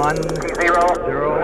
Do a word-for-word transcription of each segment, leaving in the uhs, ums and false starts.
One, zero, zero,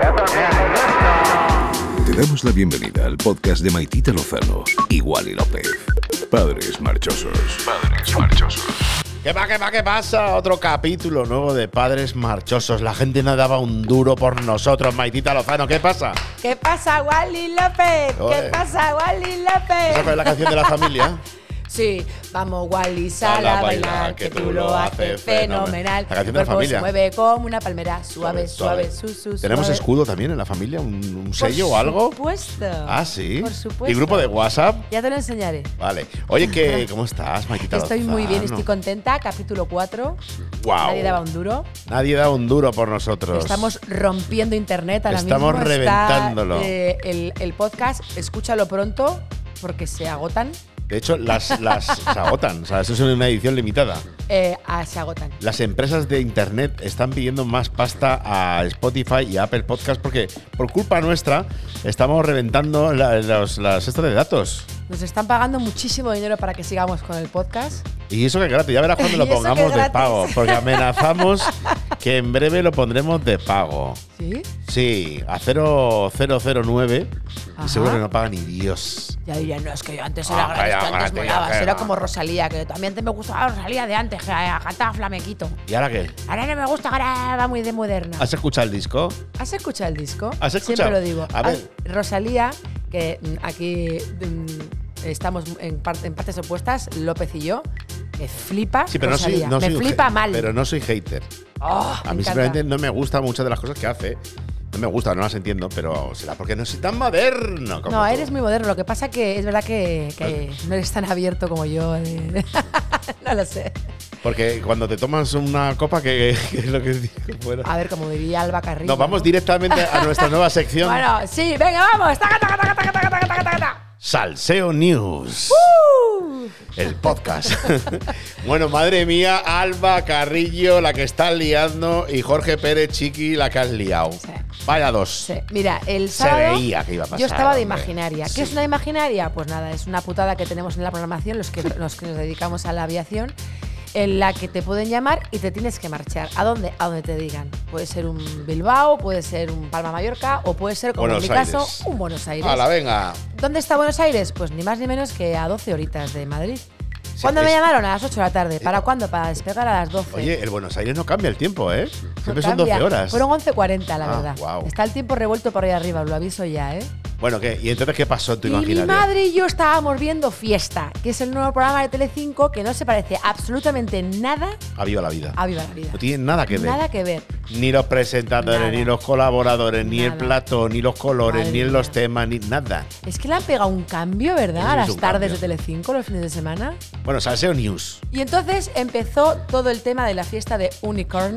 and Te damos la bienvenida al podcast de Maitita Lozano y Wally López. Padres marchosos. Padres marchosos. ¿Qué pa, qué pa, qué pasa? Otro capítulo nuevo de Padres Marchosos. La gente no daba un duro por nosotros, Maitita Lozano. ¿Qué pasa? ¿Qué pasa, Wally López? Oye. ¿Qué pasa, Wally López? ¿Esa es la canción de la familia? Sí, vamos, Wally, sal a bailar, que tú lo haces fenomenal. La canción de la El cuerpo familia. se mueve como una palmera, suave, suave, su, su, ¿Tenemos suave. escudo también en la familia? ¿Un, un sello o algo? Por supuesto. Ah, sí. Por supuesto. ¿Y grupo de WhatsApp? Ya te lo enseñaré. Vale. Oye, ¿qué, ¿cómo estás, Maitita Estoy Lozano? muy bien, estoy contenta. Capítulo cuatro. Guau. Nadie daba un duro. Nadie da un duro por nosotros. Estamos rompiendo internet ahora Estamos mismo. reventándolo. Está, eh, el, el podcast, escúchalo pronto porque se agotan. De hecho, las, las se agotan. O sea, eso es una edición limitada. Eh, ah, se agotan. Las empresas de internet están pidiendo más pasta a Spotify y a Apple Podcast porque por culpa nuestra estamos reventando la, los, las estas de datos. Nos están pagando muchísimo dinero para que sigamos con el podcast. Y eso que gratis, ya verás cuando lo Y eso que pongamos de gratis. pago, porque amenazamos que en breve lo pondremos de pago. ¿Sí? Sí, a cero cero cero nueve Ajá. y seguro que no paga ni Dios. Ya dirían, no, es que yo antes Ah, era gratis, calla, tú antes cállate, molabas. ya, Era ya. como Rosalía, que también te me gustaba Rosalía de antes, que cantaba flamenquito. ¿Y ahora qué? Ahora no me gusta, ahora va muy de moderna. ¿Has escuchado el disco? ¿Has escuchado el disco? ¿Has escuchado? Siempre lo digo. A ver. Ah, Rosalía, que mm, aquí mm, estamos en, par- en partes opuestas, López y yo, me flipa Sí, pero no soy, Rosalía. no me soy un flipa ha- mal. Pero no soy hater. Oh, A me mí encanta. simplemente no me gustan muchas de las cosas que hace. No me gusta, no las entiendo, pero será porque no soy tan moderno como No, tú. eres muy moderno. Lo que pasa que es verdad que, que no eres tan abierto como yo. de- no lo sé. Porque cuando te tomas una copa, ¿qué, qué es lo que digo fuera? A ver, como diría Alba Carrillo. Nos vamos ¿no? directamente a nuestra nueva sección. Bueno, sí, venga, vamos. Taca, taca, taca, taca, taca, taca, taca, taca. Salseo News. Uh. El podcast. Bueno, madre mía, Alba Carrillo, la que está liando, y Jorge Pérez Chiqui, la que has liado. Sí. Vaya dos. Sí, mira, el Se sábado veía que iba a pasar, yo estaba de hombre. imaginaria. Sí. ¿Qué es una imaginaria? Pues nada, es una putada que tenemos en la programación, los que, los que nos dedicamos a la aviación, en la que te pueden llamar y te tienes que marchar. ¿A dónde? A donde te digan. Puede ser un Bilbao, puede ser un Palma Mallorca o puede ser, como Buenos en mi caso, Aires. un Buenos Aires. ¡Hala, venga! ¿Dónde está Buenos Aires? Pues ni más ni menos que a doce horitas de Madrid. Sí, ¿Cuándo es- me llamaron? A las ocho de la tarde. ¿Para cuándo? Para despegar a las doce. Oye, el Buenos Aires no cambia el tiempo, ¿eh? Siempre No son cambia. doce horas. Fueron once cuarenta, la Ah, verdad. guau. Está el tiempo revuelto por ahí arriba, os lo aviso ya, ¿eh? Bueno, ¿qué? ¿Y entonces qué pasó en tu Y mi imaginario? madre y yo estábamos viendo Fiesta, que es el nuevo programa de Telecinco que no se parece absolutamente nada A Viva la Vida. a Viva la Vida. No tiene nada que ver. Nada que ver. Ni los presentadores, Nada. ni los colaboradores, ni el Nada. plato, ni los colores, Madre ni mía. los temas, ni nada. Es que le han pegado un cambio, ¿verdad? Eso A es las un tardes cambio. de Telecinco, los fines de semana. Bueno, Salseo News. Y entonces empezó todo el tema de la fiesta de Unicorn.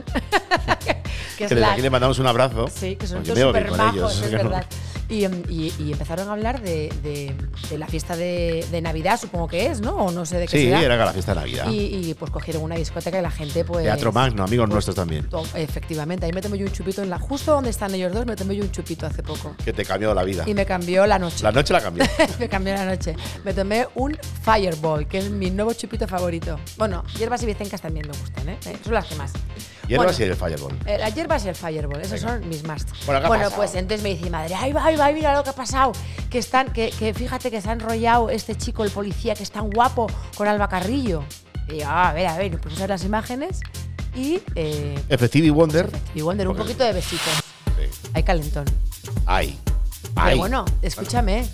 que es Que desde la, aquí le mandamos un abrazo. Sí, que son porque todos me llevo bien súper con majos, ellos. es verdad. Y, em, y- y empezaron a hablar de, de- de la fiesta de, de Navidad, supongo que es, ¿no? O no sé de qué Sí, será. era la fiesta de Navidad. Y, y, pues cogieron una discoteca y la gente pues… Teatro Magno, amigos pues, nuestros también. to- Efectivamente, ahí me tomé yo un chupito en la… Justo donde están ellos dos, me tomé yo un chupito hace poco. Que te cambió la vida. Y me cambió la noche. La noche la cambió. me cambió la noche. Me tomé un Fireball, que es mi nuevo chupito favorito. Bueno, hierbas y bicencas también me gustan, ¿eh? Eh, Son las que más. Hierbas Bueno, y el Fireball. eh, las hierbas y el Fireball, esos son mis must. Bueno, ¿qué ha pasado? pues entonces me dice mi madre, ay va, ay va, mira lo que ha pasado. Que están, que, que fíjate que se ha enrollado este chico, el policía, que es tan guapo, con Alba Carrillo. Y yo, ah, a ver, a ver, pues ver las imágenes y… Eh, Effective Wonder. y Wonder, un Porque- poquito de besitos. Sí. Hay calentón. Ay. Pero Ay. bueno, escúchame.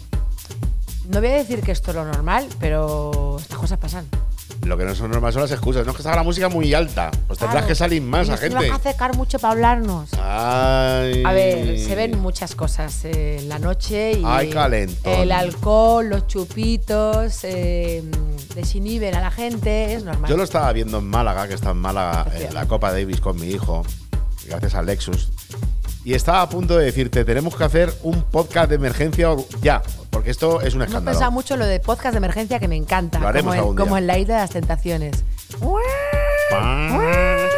No voy a decir que esto es lo normal, pero estas cosas pasan. Lo que no son normales son las excusas. No es que está la música muy alta. Pues tendrás Claro. que salir más Y a nos gente. tenemos que acercar mucho para hablarnos. Ay. A ver, se ven muchas cosas eh, en la noche y Ay, calentón. el alcohol, los chupitos, eh, desinhiben a la gente, es normal. Yo lo estaba viendo en Málaga, que está en Málaga, en la Copa Davis con mi hijo, gracias a Lexus. Y estaba a punto de decirte, tenemos que hacer un podcast de emergencia ya, porque esto es un Hemos escándalo. pensado mucho en lo de podcast de emergencia que me encanta, Lo haremos como, en, algún día. como en la isla de las tentaciones.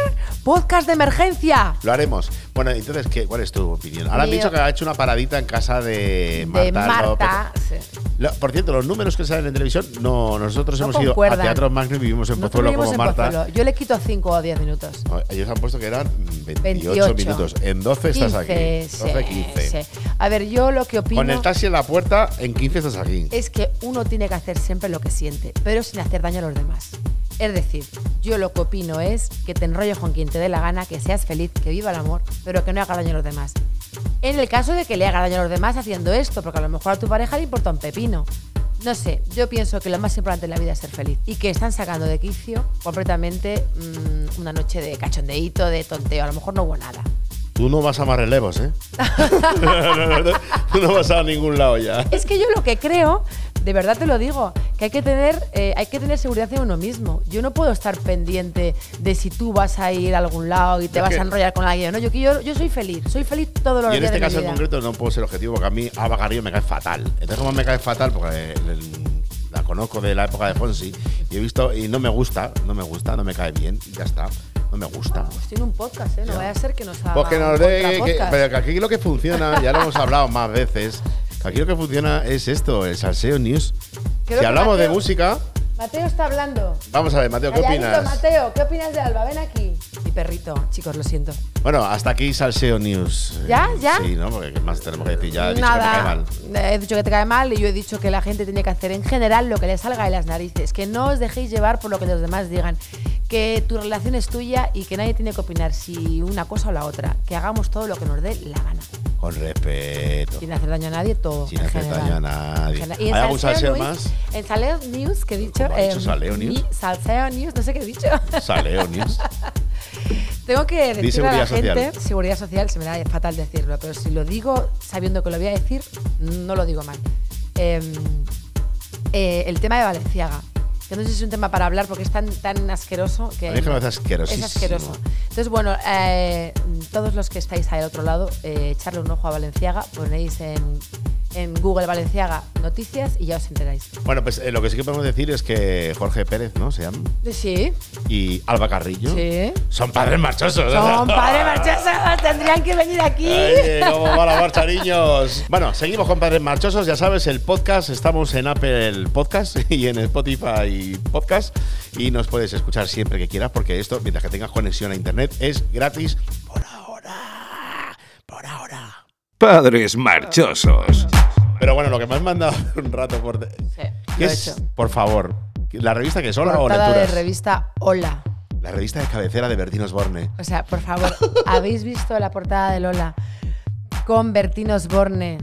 ¡Podcast de emergencia! Lo haremos. Bueno, entonces, ¿qué, ¿cuál es tu opinión? Ahora han Mío. dicho que ha hecho una paradita en casa de Marta. De Marta. López. Sí. Lo- por cierto, los números que salen en televisión, no, nosotros No hemos ido a concuerdan. Teatro Magnum y vivimos en Nosotros Pozuelo vivimos como en Marta. Pozuelo. Yo le quito cinco o diez minutos. No, ellos han puesto que eran veintiocho, veintiocho. minutos. En doce estás aquí. quince, doce, sí, quince. sí. A ver, yo lo que opino Con el taxi en la puerta, en quince estás aquí. es que uno tiene que hacer siempre lo que siente, pero sin hacer daño a los demás. Es decir, yo lo que opino es que te enrolles con quien te dé la gana, que seas feliz, que viva el amor, pero que no haga daño a los demás. En el caso de que le haga daño a los demás haciendo esto, porque a lo mejor a tu pareja le importa un pepino. No sé, yo pienso que lo más importante en la vida es ser feliz y que están sacando de quicio completamente mmm, una noche de cachondeíto, de tonteo. A lo mejor no hubo nada. Tú no vas a más relevos, ¿eh? no, no, no, tú no vas a ningún lado ya. Es que yo lo que creo, de verdad te lo digo, que hay que tener, eh, hay que tener seguridad en uno mismo. Yo no puedo estar pendiente de si tú vas a ir a algún lado y te Es vas que- a enrollar con alguien. No, yo, que yo, yo soy feliz, soy feliz todos los Y en días este de caso mi en vida. concreto no puedo ser objetivo porque a mí Ava Garrido me cae fatal. Entonces, como me cae fatal, porque el- el- la conozco de la época de Fonsi y he visto y no me gusta, no me gusta, no me cae bien y ya está. No me gusta. Pues tiene un podcast, ¿eh? No Ya. vaya a ser que nos haga Pues que nos un dé. que- contrapodcast. pero que aquí lo que funciona, ya lo hemos hablado más veces, que aquí lo que funciona es esto, el Salseo News. Creo Si que hablamos de Mateo- música, Mateo está hablando. vamos a ver, Mateo, ¿qué Calladito, opinas? Mateo, ¿qué opinas de Alba? Ven aquí. Mi perrito, chicos, lo siento. Bueno, hasta aquí Salseo News. ¿Ya? Eh, ¿Ya? Sí, ¿no? Porque ¿qué más tenemos que decir? Ya he dicho Nada, que me cae mal. he dicho que te cae mal y yo he dicho que la gente tiene que hacer en general lo que le salga de las narices, que no os dejéis llevar por lo que los demás digan, que tu relación es tuya y que nadie tiene que opinar si una cosa o la otra, que hagamos todo lo que nos dé la gana, Con respeto. sin hacer daño a nadie, todo. Sin en hacer general. daño a nadie. En general. ¿Hay Y en algún Salseo salseo News- más? En Salseo News, que he dicho. ¿Cómo ha dicho eh, Salseo News? mi- Salseo News, no sé qué he dicho. Saleo News. Tengo que decirle a seguridad la gente, social. seguridad social, se me da fatal decirlo, pero si lo digo sabiendo que lo voy a decir, no lo digo mal. Eh, eh, el tema de Valenciaga, que no sé si es un tema para hablar porque es tan, tan asqueroso que A mí es que me parece es asquerosísimo. asqueroso. Entonces, bueno, eh, todos los que estáis ahí al otro lado, eh, echarle un ojo a Valenciaga, ponéis en, en Google Valenciaga noticias y ya os enteráis. Bueno, pues eh, lo que sí que podemos decir es que Jorge Pérez, ¿no? Se llama. Sí, Y Alba Carrillo. sí. Son padres marchosos. Son padres marchosos, tendrían que venir aquí. Ay, ¿cómo va la marcha, niños? Bueno, seguimos con Padres Marchosos. Ya sabes, el podcast. Estamos en Apple Podcast y en Spotify Podcast. Y nos puedes escuchar siempre que quieras, porque esto, mientras que tengas conexión a internet, es gratis por ahora. Por ahora. Padres marchosos. Pero bueno, lo que me has mandado hace un rato por. de- Sí, ¿Qué lo he es? hecho. Por favor. ¿La revista que es Hola o Portada de Lecturas? revista Hola. La revista de cabecera de Bertín Osborne. O sea, por favor, ¿habéis visto la portada de Lola con Bertín Osborne?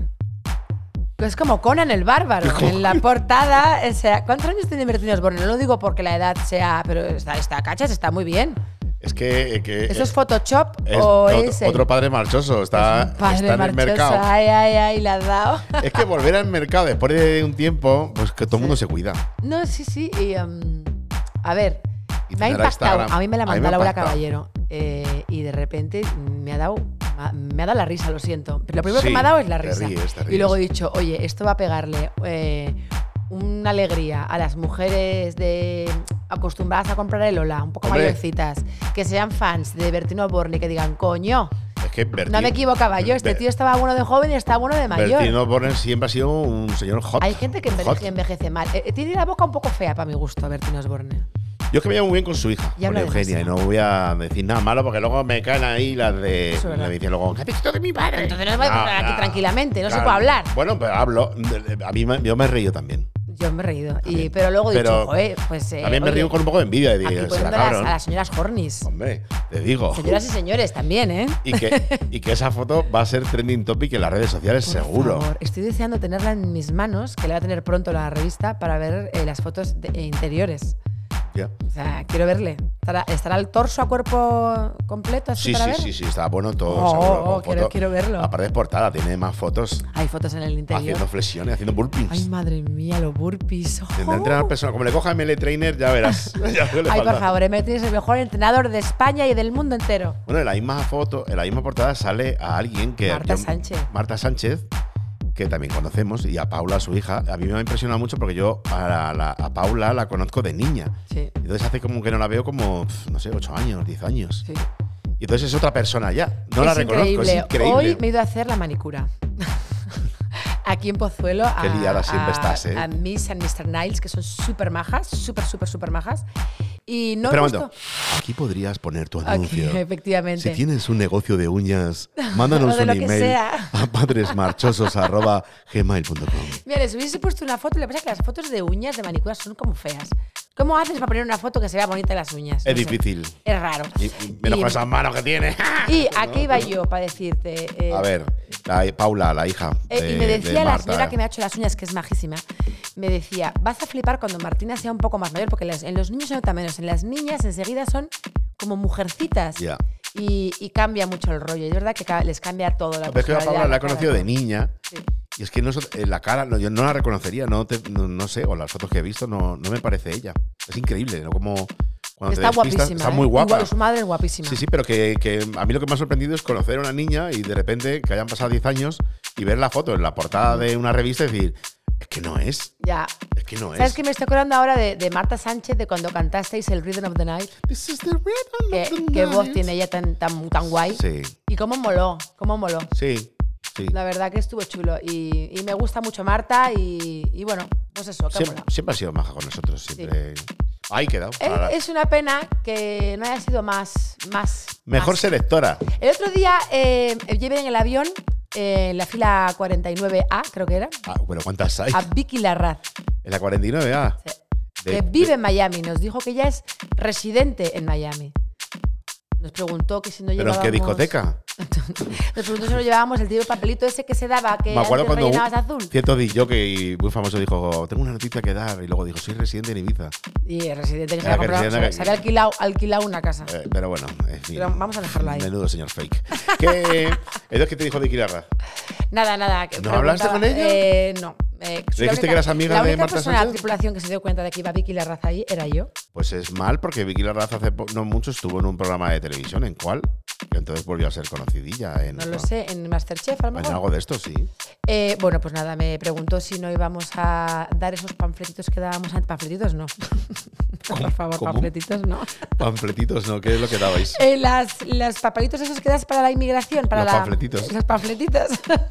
Es como Conan el Bárbaro. En la portada, o sea, ¿cuántos años tiene Bertín Osborne? No lo digo porque la edad sea, pero está, está cachas, está muy bien. Es que. eh, que ¿Eso es Photoshop es o otro, es el- otro padre marchoso. Está, es un padre está en el marchoso? mercado. Ay, ay, ay, la has dado. Es que volver al mercado después de un tiempo, pues que todo el mundo se cuida. No, sí, sí. Y, um, a ver, Y me ha tendrá impactado. Instagram. A mí me la A mí mandó me ha Laura impactado. Caballero. eh, y de repente me ha dado me ha dado la risa, lo siento. Pero lo primero Sí, que me ha dado es la te risa. ríes, te Y luego he ríes. dicho, oye, esto va a pegarle eh, una alegría a las mujeres de acostumbradas a comprar el Lola, un poco Hombre. mayorcitas, que sean fans de Bertín Osborne y que digan, coño, Es que Bertín, no me equivocaba yo, este Ber- tío estaba bueno de joven y estaba bueno de mayor. Bertín Osborne siempre ha sido un señor hot. Hay gente que envejece, hot. envejece mal. Eh, tiene la boca un poco fea para mi gusto, Bertín Osborne. Yo es que me llevo muy bien con su hija, Ya con habla Eugenia, y demasiado. no voy a decir nada malo porque luego me caen ahí las de. Eso es verdad. Me dicen luego, ¿qué has visto de mi padre? Entonces no podemos hablar aquí tranquilamente, no se claro. puede hablar. Bueno, pero hablo. A mí me- yo me he reído también. Yo me he reído. Y, También. pero luego he Pero dicho, joder, pues. Eh, También me oye, río con un poco de envidia. De aquí será poniendo a las, cabrón. a las señoras Hornis. Hombre, te digo. Señoras y señores también, ¿eh? Y que, y que esa foto va a ser trending topic en las redes sociales, Por seguro. favor, estoy deseando tenerla en mis manos, que la va a tener pronto la revista, para ver eh, las fotos de- eh, interiores. Ya. O sea, quiero verle. ¿Estará, estará el torso a cuerpo completo así Sí, para sí, ver? sí, sí, está bueno todo. Oh, seguro, oh, con quiero- foto. quiero verlo. Aparte es portada, tiene más fotos Hay fotos en el interior. haciendo flexiones, haciendo burpees. Ay, madre mía, los burpees. Tendrá Oh. entrenar personal. Como le coja M L Trainer, ya verás. Ya no le Ay, falta. por favor, M T es el mejor entrenador de España y del mundo entero. Bueno, en la misma foto, en la misma portada sale a alguien que. Marta Sánchez. Marta Sánchez, que también conocemos, y a Paula, su hija. A mí me ha impresionado mucho porque yo a, la- la- a Paula la conozco de niña. Sí, Entonces hace como que no la veo como, pf, no sé, ocho años, diez años. sí. Y entonces es otra persona ya. No es la reconozco, increíble. es increíble. Hoy me he ido a hacer la manicura. Aquí en Pozuelo. Qué a, liada siempre a, estás, ¿eh? A Miss and mister Niles, que son súper majas, súper, súper, súper majas. Y no Espera he un puesto… momento. Aquí podrías poner tu Aquí, anuncio. efectivamente. Si tienes un negocio de uñas, mándanos O de un lo que email sea. a padresmarchosos arroba gmail punto com. Mira, les hubiese puesto una foto. Lo que pasa es que las fotos de uñas de manicura son como feas. ¿Cómo haces para poner una foto que se vea bonita de las uñas? Es No sé. difícil. Es raro. Y, y menos Y- con esas manos que tiene. Y aquí iba yo para decirte… eh, A ver, la, Paula, la hija. Eh, de, y me de decía la Marta. señora que me ha hecho las uñas, que es majísima, me decía, vas a flipar cuando Martina sea un poco más mayor, porque las- en los niños se nota menos, en las niñas enseguida son como mujercitas. Ya. Y, y cambia mucho el rollo. Es verdad que ca- les cambia todo. La Pero es que a personalidad, Paula la he cara, conocido de todo. niña. Sí. Y es que no, en la cara, no, yo no la reconocería, no, te- no, no sé, o las fotos que he visto, no, no me parece ella. Es increíble, ¿no? Como cuando Está te despistas, guapísima. está ¿eh? muy guapa. Igual, su madre es guapísima. Sí, sí, pero que, que a mí lo que me ha sorprendido es conocer a una niña y de repente que hayan pasado diez años y ver la foto en la portada de una revista y decir, es que no es, Ya. es que no ¿Sabes es. qué me estoy acordando ahora de, de Marta Sánchez, de cuando cantasteis el Rhythm of the Night? This is the rhythm of ¿Qué, the qué voz night. tiene ella tan, tan, tan guay? Sí, Y cómo moló, cómo moló. sí, sí. La verdad que estuvo chulo. Y, y me gusta mucho Marta y, y bueno, pues eso, que Siempre, mola. siempre ha sido maja con nosotros, siempre. Ahí quedado. Eh, Ahora, Es una pena que no haya sido más. más Mejor más. selectora. El otro día eh, llevé en el avión, eh, en la fila cuarenta y nueve A, creo que era, Ah, bueno, ¿cuántas hay? a Vicky Larraz, En la cuarenta y nueve A. sí, De- que vive de- en Miami. Nos dijo que ella es residente en Miami. Nos preguntó que si no ¿Pero en llevábamos… qué discoteca? Nos preguntó si no llevábamos el típico papelito ese que se daba, que Me acuerdo antes cuando un rellenabas azul. cierto disc-jockey muy famoso dijo, tengo una noticia que dar, y luego dijo, soy residente en Ibiza. Y el residente que se Era había que comprado, residente se, que- se había alquilado, alquilado una casa. Eh, pero bueno, en fin. Pero vamos a dejarlo ahí. Menudo señor fake. ¿Qué, entonces, ¿qué te dijo Vicky Larraz? Nada, nada. que ¿No hablaste preguntaba- con ella? Eh, no. Eh, dijiste la única- que eras amiga la de única Marta persona de la Sánchez? tripulación que se dio cuenta de que iba Vicky Larraz ahí era yo. Pues es mal, porque Vicky Larraz hace po- no mucho estuvo en un programa de televisión. ¿En cuál? Y entonces volvió a ser conocidilla. En, No lo sé, en Masterchef a lo En mejor. algo de esto, sí. Eh, bueno, pues nada, me preguntó si no íbamos a dar esos panfletitos que dábamos antes. Panfletitos no. Por favor, ¿Cómo? panfletitos no. Panfletitos, ¿no? ¿Qué es lo que dabais? Eh, las, los papelitos esos que das para la inmigración. Para Los la- panfletitos. Los panfletitos.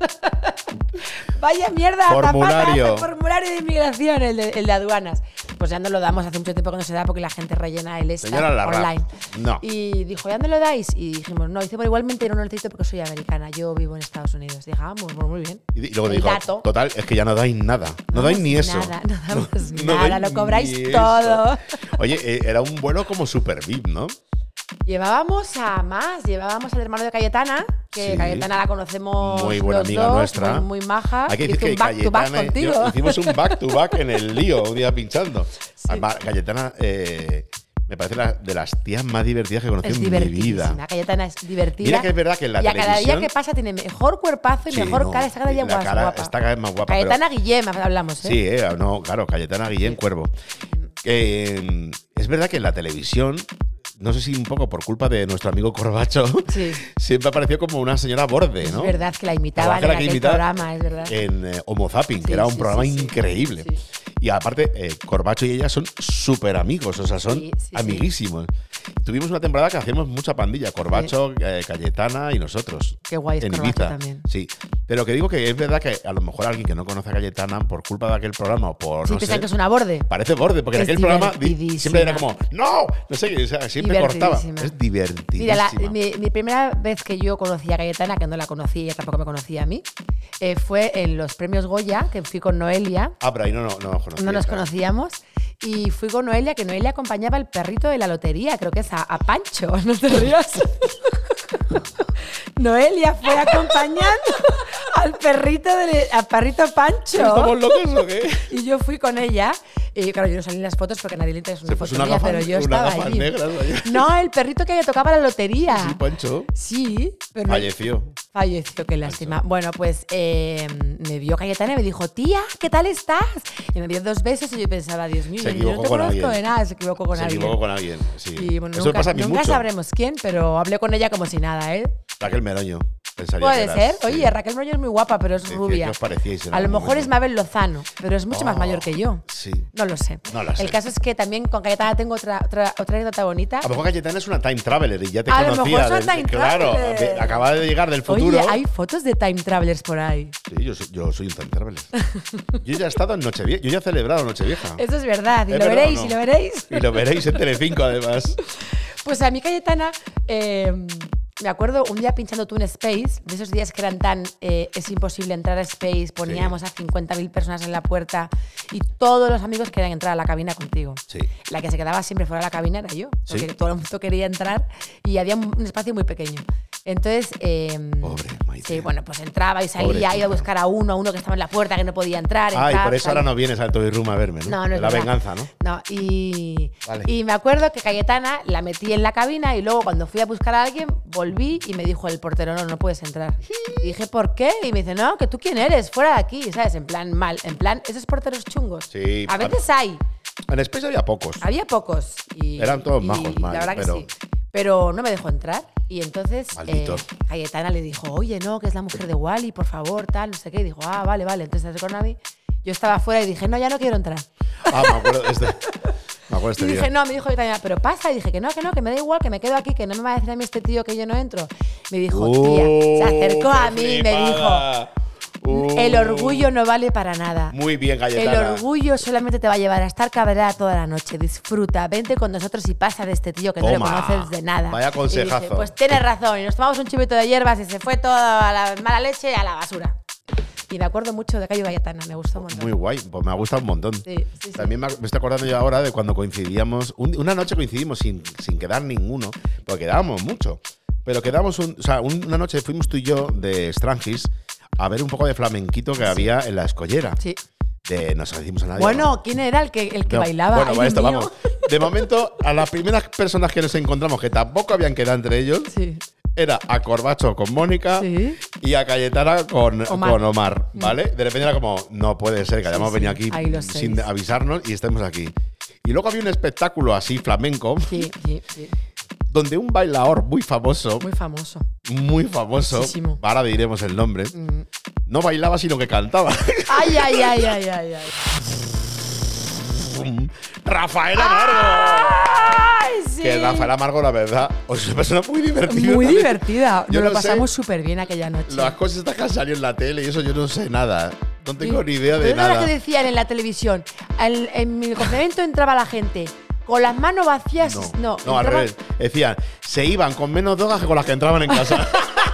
Vaya mierda. Formulario. zapata, el formulario de inmigración, el de, el de aduanas. Pues ya no lo damos, hace mucho tiempo que no se da porque la gente rellena el esta Señora Larraz, online. no. Y dijo, ¿ya no lo dais? Y dijimos, no, dice, bueno, igualmente no lo necesito porque soy americana, yo vivo en Estados Unidos. Dije, ah, pues muy bien. Y, y luego El dijo, dato. total, es que ya no dais nada. No, dais damos ni eso. Nada, no damos No nada, dais lo cobráis ni todo. eso. Oye, eh, era un vuelo como super V I P, ¿no? Llevábamos a más, llevábamos al hermano de Cayetana, que Sí. Cayetana la conocemos Muy buena los amiga dos, nuestra. muy, muy maja. Hay que Hizo decir que un back to back Cayetana, contigo. yo- hicimos un back to back en el lío, un día pinchando. Además, Cayetana eh, me parece la, de las tías más divertidas que he conocido Es en mi vida. divertidísima. Cayetana es divertida. Mira que es verdad que en la y a cada televisión… día que pasa tiene mejor cuerpazo y Sí, mejor no, cara. Está cada día la más cara guapa. está cada vez más guapa, Cayetana Guillem, hablamos, ¿eh? Sí, eh, no, claro, Cayetana Guillén Cuervo. Eh, es verdad que en la televisión, no sé si un poco por culpa de nuestro amigo Corbacho, Sí. siempre apareció como una señora borde, ¿no? Es verdad que la imitaban que la en que aquel imitaba programa, es verdad. En eh, Homo Zapping, Sí, que era un sí, programa sí, sí. increíble. Sí. Y aparte, eh, Corbacho y ella son súper amigos, o sea, son Sí, sí, sí. amiguísimos. Tuvimos una temporada que hacíamos mucha pandilla, Corbacho, eh, Cayetana y nosotros. Qué guay es en Corbacho Ibiza. también. Sí, pero que digo que es verdad que a lo mejor alguien que no conoce a Cayetana por culpa de aquel programa o por Sí, no piensan sé, que es una borde. parece borde, porque en Es aquel programa di- divertidísima. siempre era como, no, no sé, o sea, siempre cortaba. Divertidísima. Es divertidísima. Mira, la- mi, mi primera vez que yo conocí a Cayetana, que no la conocía, ella tampoco me conocía a mí, eh, fue en los premios Goya, que fui con Noelia. Ah, pero ahí no, no, no nos conocía, No nos claro. conocíamos. Y fui con Noelia, que Noelia acompañaba al perrito de la lotería, creo que es a, a Pancho, no te rías. Noelia fue acompañando al perrito, de, al perrito Pancho. ¿Estamos locos o qué? Y yo fui con ella. Y claro, yo no salí en las fotos porque a nadie le interesa una Se foto puso una mía, gafa- pero yo unas estaba gafas allí. negras allá. No, el perrito que le tocaba la lotería. Sí, Pancho. Sí, pero no- Falleció. Falleció, qué lástima. Bueno, pues eh, me vio Cayetana y me dijo, tía, ¿qué tal estás? Y me dio dos besos y yo pensaba, Dios mío, Se yo no equivocó te con conozco alguien. de nada, se equivocó con Se alguien. equivocó con alguien, sí. Y bueno, Eso nunca, pasa a mí nunca mucho. sabremos quién, pero hablé con ella como si nada, ¿eh? Raquel Meroño. Pensaría Puede que ser. eras, Oye, sí. Raquel Moño es muy guapa, pero es Sí, rubia. ¿qué os parecíais en A lo algún mejor momento? es Mabel Lozano, pero es mucho más Oh, mayor que yo. Sí. No lo sé. No lo sé. El caso es que también con Cayetana tengo otra, otra, otra anécdota bonita. A lo mejor Cayetana es una time traveler y ya te A lo conocía. mejor es una del- time claro, traveler. de- acaba de llegar del futuro. Oye, hay fotos de time travelers por ahí. Sí, yo soy, yo soy un time traveler. Yo ya he estado en Nochevieja. Yo ya he celebrado Nochevieja. Eso es verdad. Y ¿Es lo verdad veréis, o no? y lo veréis. Y lo veréis en Telecinco, además. Pues a mí Cayetana, eh, me acuerdo un día pinchando tú en Space, de esos días que eran tan, eh, es imposible entrar a Space, poníamos a cincuenta mil personas en la puerta y todos los amigos querían entrar a la cabina contigo. Sí. La que se quedaba siempre fuera de la cabina era yo, porque Sí. todo el mundo quería entrar y había un un espacio muy pequeño. Entonces, eh, Pobre Maite. sí, bueno, pues entraba y salía, Pobrecita. iba a buscar a uno, a uno que estaba en la puerta que no podía entrar. Ah, y entrar, por eso ahora salir. no vienes al Toy Room a verme, ¿no? No, no es La verdad. venganza, ¿no? No, y, Vale. y me acuerdo que Cayetana la metí en la cabina y luego cuando fui a buscar a alguien volví y me dijo el portero, no, no puedes entrar. Y dije, ¿por qué? Y me dice, no, que tú quién eres, fuera de aquí, ¿sabes? En plan mal, en plan, esos porteros chungos. Sí, A veces hay, En Space había pocos. había pocos. Y, Eran todos y majos, mal, La verdad pero- que sí. Pero no me dejó entrar. Y entonces eh, Maldito. Cayetana le dijo, oye, no, que es la mujer de Wally, por favor, tal, no sé qué. Y dijo, ah, vale, vale. Entonces se acercó a mí. Yo estaba afuera y dije, no, ya no quiero entrar. Ah, me acuerdo de este. Me acuerdo de este Y dije, día. no, me dijo Cayetana, pero pasa. Y dije que no, que no, que me da igual, que me quedo aquí, que no me va a decir a mí este tío que yo no entro. Me dijo, tía, se acercó ¡Uh, a qué mí y me dijo, flipada! ¡Uh! el orgullo no vale para nada. Muy bien, El Cayetana. orgullo solamente te va a llevar a estar cabreada toda la noche. Disfruta, vente con nosotros y pasa de este tío que no le Toma. conoces de nada. Vaya Y consejazo. dije, pues tienes razón. Y nos tomamos un chivito de hierbas y se fue toda la mala leche a la basura. Y me acuerdo mucho de Cayo Cayetana, me gustó un montón. Muy guay, pues me ha gustado un montón. Sí, sí, sí. También me, me estoy acordando yo ahora de cuando coincidíamos. un- una noche coincidimos sin, sin quedar ninguno, porque quedábamos mucho. Pero quedamos, un, o sea, un- una noche fuimos tú y yo de Strangis a ver un poco de flamenquito que había en la escollera. Sí. De, no se lo decimos a nadie. Bueno, ¿quién era el que, el que No, bailaba? Bueno, Ay, va Dios esto, mío. vamos. De momento, a las primeras personas que nos encontramos que tampoco habían quedado entre ellos, Sí. era a Corbacho con Mónica Sí. y a Cayetana con Omar. con Omar, ¿vale? De repente era como, no puede ser que hayamos sí. venido aquí Ahí los seis. sin avisarnos y estemos aquí. Y luego había un espectáculo así flamenco, Sí, sí, sí. donde un bailador muy famoso, Muy famoso. muy famoso, Muchísimo. ahora diremos el nombre, Mm. no bailaba sino que cantaba. Ay, ay, ay, ay, ay, ay. ¡Rafael Amargo! Ay, sí. Que Rafael Amargo, la verdad, es una persona muy divertida. Muy también. divertida. Yo Nos lo no sé pasamos súper bien aquella noche. Las cosas estas que han salido en la tele y eso yo no sé nada. No tengo ni idea de Pero no era nada. que decían en la televisión. Al- en mi complemento entraba la gente con las manos vacías. No, no, al entraban- revés. Decían, se iban con menos drogas que con las que entraban en casa.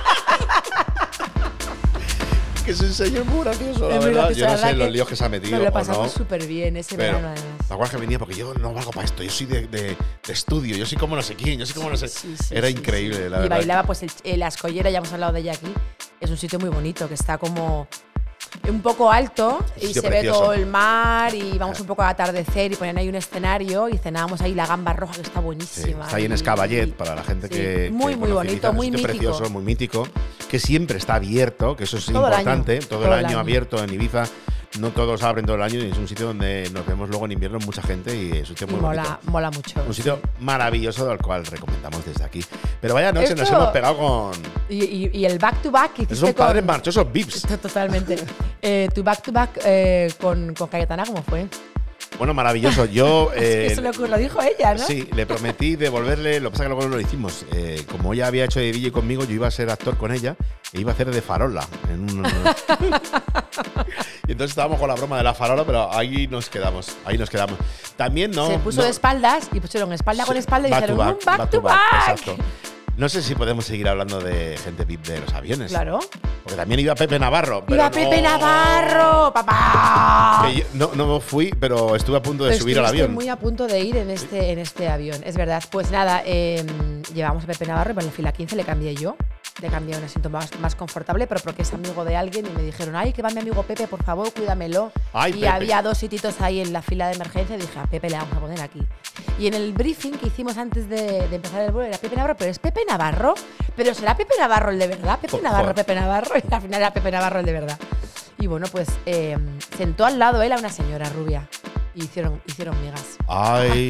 Que es un señor muy gracioso, la Es muy verdad. gracioso, Yo la no sé verdad los que líos que se ha metido Nos lo o pasamos no. súper bien ese Pero, verano, ¿te además. acuerdas que venía? Porque yo no valgo para esto. Yo soy de, de- de estudio. Yo soy como no sé quién. Yo soy como no sé. Sí, sí, Era sí, increíble, sí. la Y verdad. bailaba, pues, el, el- la escollera, ya hemos hablado de ella aquí. Es un sitio muy bonito, que está como un poco alto y Sitio se precioso. ve todo el mar y vamos un poco al atardecer y ponen ahí un escenario y cenábamos ahí la gamba roja, que está Sí, buenísima. está ahí en Y- Escaballet, para la gente sí, que. muy, que muy conoce bonito, Ibiza. muy Un sitio mítico. precioso, muy mítico, que siempre está abierto, que eso es Todo el año, importante. Todo, todo el el año año. abierto en Ibiza. No todos abren todo el año y es un sitio donde nos vemos luego en invierno mucha gente y es un sitio y muy mola, bonito. mola mucho. Un sitio maravilloso al cual recomendamos desde aquí. Pero vaya noche nos Esto- hemos pegado con. Y, y- y el back to back que hiciste Son padres con- marchosos V I Ps. Esto totalmente. Eh, tu back to back eh, con, con Cayetana, ¿cómo fue? Bueno, maravilloso. Yo. eh, Eso lo, lo dijo ella, ¿no? Sí, le prometí devolverle. Lo que pasa es que luego no lo hicimos. Eh, como ella había hecho de D J conmigo, yo iba a ser actor con ella e iba a hacer de farola. En un, y entonces estábamos con la broma de la farola, pero ahí nos quedamos. Ahí nos quedamos. También no. Se puso no- de espaldas y pusieron espalda con Sí, espalda y back dijeron to un back, to back. Exacto. No sé si podemos seguir hablando de gente V I P de los aviones. Claro. Porque también iba Pepe Navarro. pero ¡Viva Pepe no- Navarro! ¡Papá! que yo no, no fui, pero estuve a punto de Pero subir al estuviste avión. muy a punto de ir en este, en este avión, es verdad. Pues nada, eh, llevamos a Pepe Navarro y para la fila quince le cambié yo. Le cambié a un asiento más, más confortable, pero porque es amigo de alguien y me dijeron, ay, que va mi amigo Pepe, por favor, cuídamelo. Ay, y Pepe. había dos sititos ahí en la fila de emergencia y dije, a Pepe le vamos a poner aquí. Y en el briefing que hicimos antes de, de empezar el vuelo era Pepe Navarro, pero es Pepe Navarro, pero será Pepe Navarro el de verdad, Pepe Oh, Navarro, joder. Pepe Navarro, y al final era Pepe Navarro el de verdad. Y bueno, pues eh, sentó al lado él a una señora rubia. y hicieron, hicieron migas. Ay,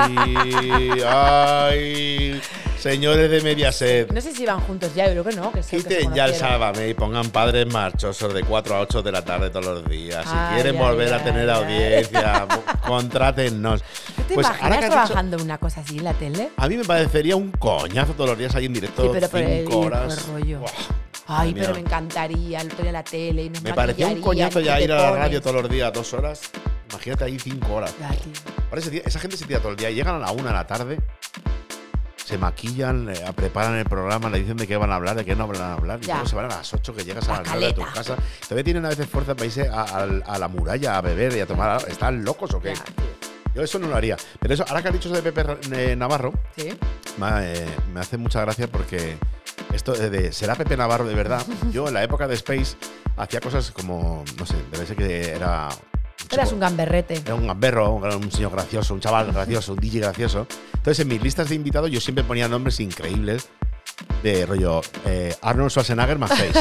ay, señores de Mediaset. No sé si iban juntos ya, yo creo que no. Que sé que se Quiten ya el conocieron. Sálvame y pongan Padres Marchosos de cuatro a ocho de la tarde todos los días. Si Ay, quieren ay, volver ay, a tener ay. audiencia, contrátennos. ¿Tú te Pues imaginas ahora que has trabajando en una cosa así en la tele? dicho- a mí me parecería un coñazo todos los días ahí en directo, Sí, pero por el- cinco por el horas. rollo. Buah, Ay, madre pero mía. me encantaría el en la tele y nos Me parecía un maquillarían, coñazo ¿qué ya te ir a la pones? radio todos los días, dos horas. Imagínate ahí cinco horas. Ya, tío. Ahora ese día- esa gente se tira todo el día. Llegan a la una de la tarde, se maquillan, eh, preparan el programa, le dicen de qué van a hablar, de qué no van a hablar. Y Ya. luego se van a las ocho que llegas a La las nueve a tu caleta. casa. Todavía tienen a veces fuerza para irse a, a- a la muralla a beber y a tomar algo. ¿Están locos o qué? Ya, tío. Yo eso no lo haría. Pero eso, ahora que has dicho eso de Pepe eh, Navarro, Sí. me, eh, me hace mucha gracia porque esto de, de ¿será Pepe Navarro de verdad? Yo en la época de Space hacía cosas como, no sé, debe ser que era... Eras chico- un gamberrete. era un gamberro, un, un señor gracioso, un chaval gracioso, un D J gracioso. Entonces, en mis listas de invitados yo siempre ponía nombres increíbles de rollo eh, Arnold Schwarzenegger más seis.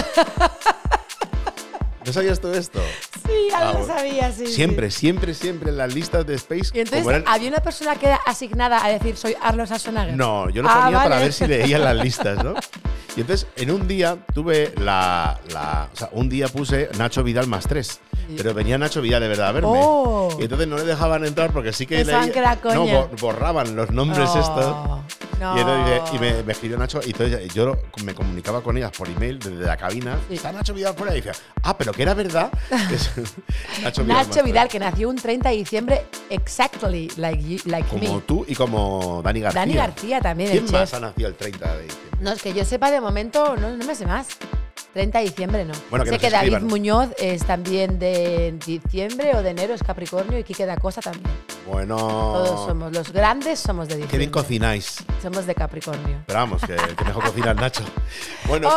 ¿No sabías todo esto? Sí, Ah, algo bueno. sabía, sí. Siempre, sí. siempre, siempre en las listas de Space. Y entonces, como eran- ¿había una persona que era asignada a decir soy Arnold Schwarzenegger? No, yo lo Ah, ponía para vale. ver si leían las listas, ¿no? Y entonces, en un día tuve la, la- O sea, un día puse Nacho Vidal más tres. Sí. Pero venía Nacho Vidal de verdad a verme. Oh. Y entonces no le dejaban entrar porque sí que Pensaban leía- que era coña. No, bo- borraban los nombres Oh, estos. no. Y, entonces dice- y me, me escribió Nacho y entonces yo lo- me comunicaba con ellas por email desde la cabina. Sí. Está Nacho Vidal por ahí. Y decía, ah, pero que era verdad. Es Nacho Vidal. Nacho más Vidal, tres. que nació un treinta de diciembre, exactly like, you- like Como me. tú y como Dani García. Dani García también, ¿Quién el más chef. ha nacido el treinta de diciembre? No, es que yo sepa de momento, no, no me sé más. treinta de diciembre no. Bueno, que sé nos que David escriban. Muñoz es también de diciembre o de enero, es Capricornio, y Quique da Costa también. Bueno. Todos somos, los grandes somos de diciembre. Qué bien cocináis. Somos de Capricornio. Pero vamos, que, que mejor cocina es Nacho. Bueno,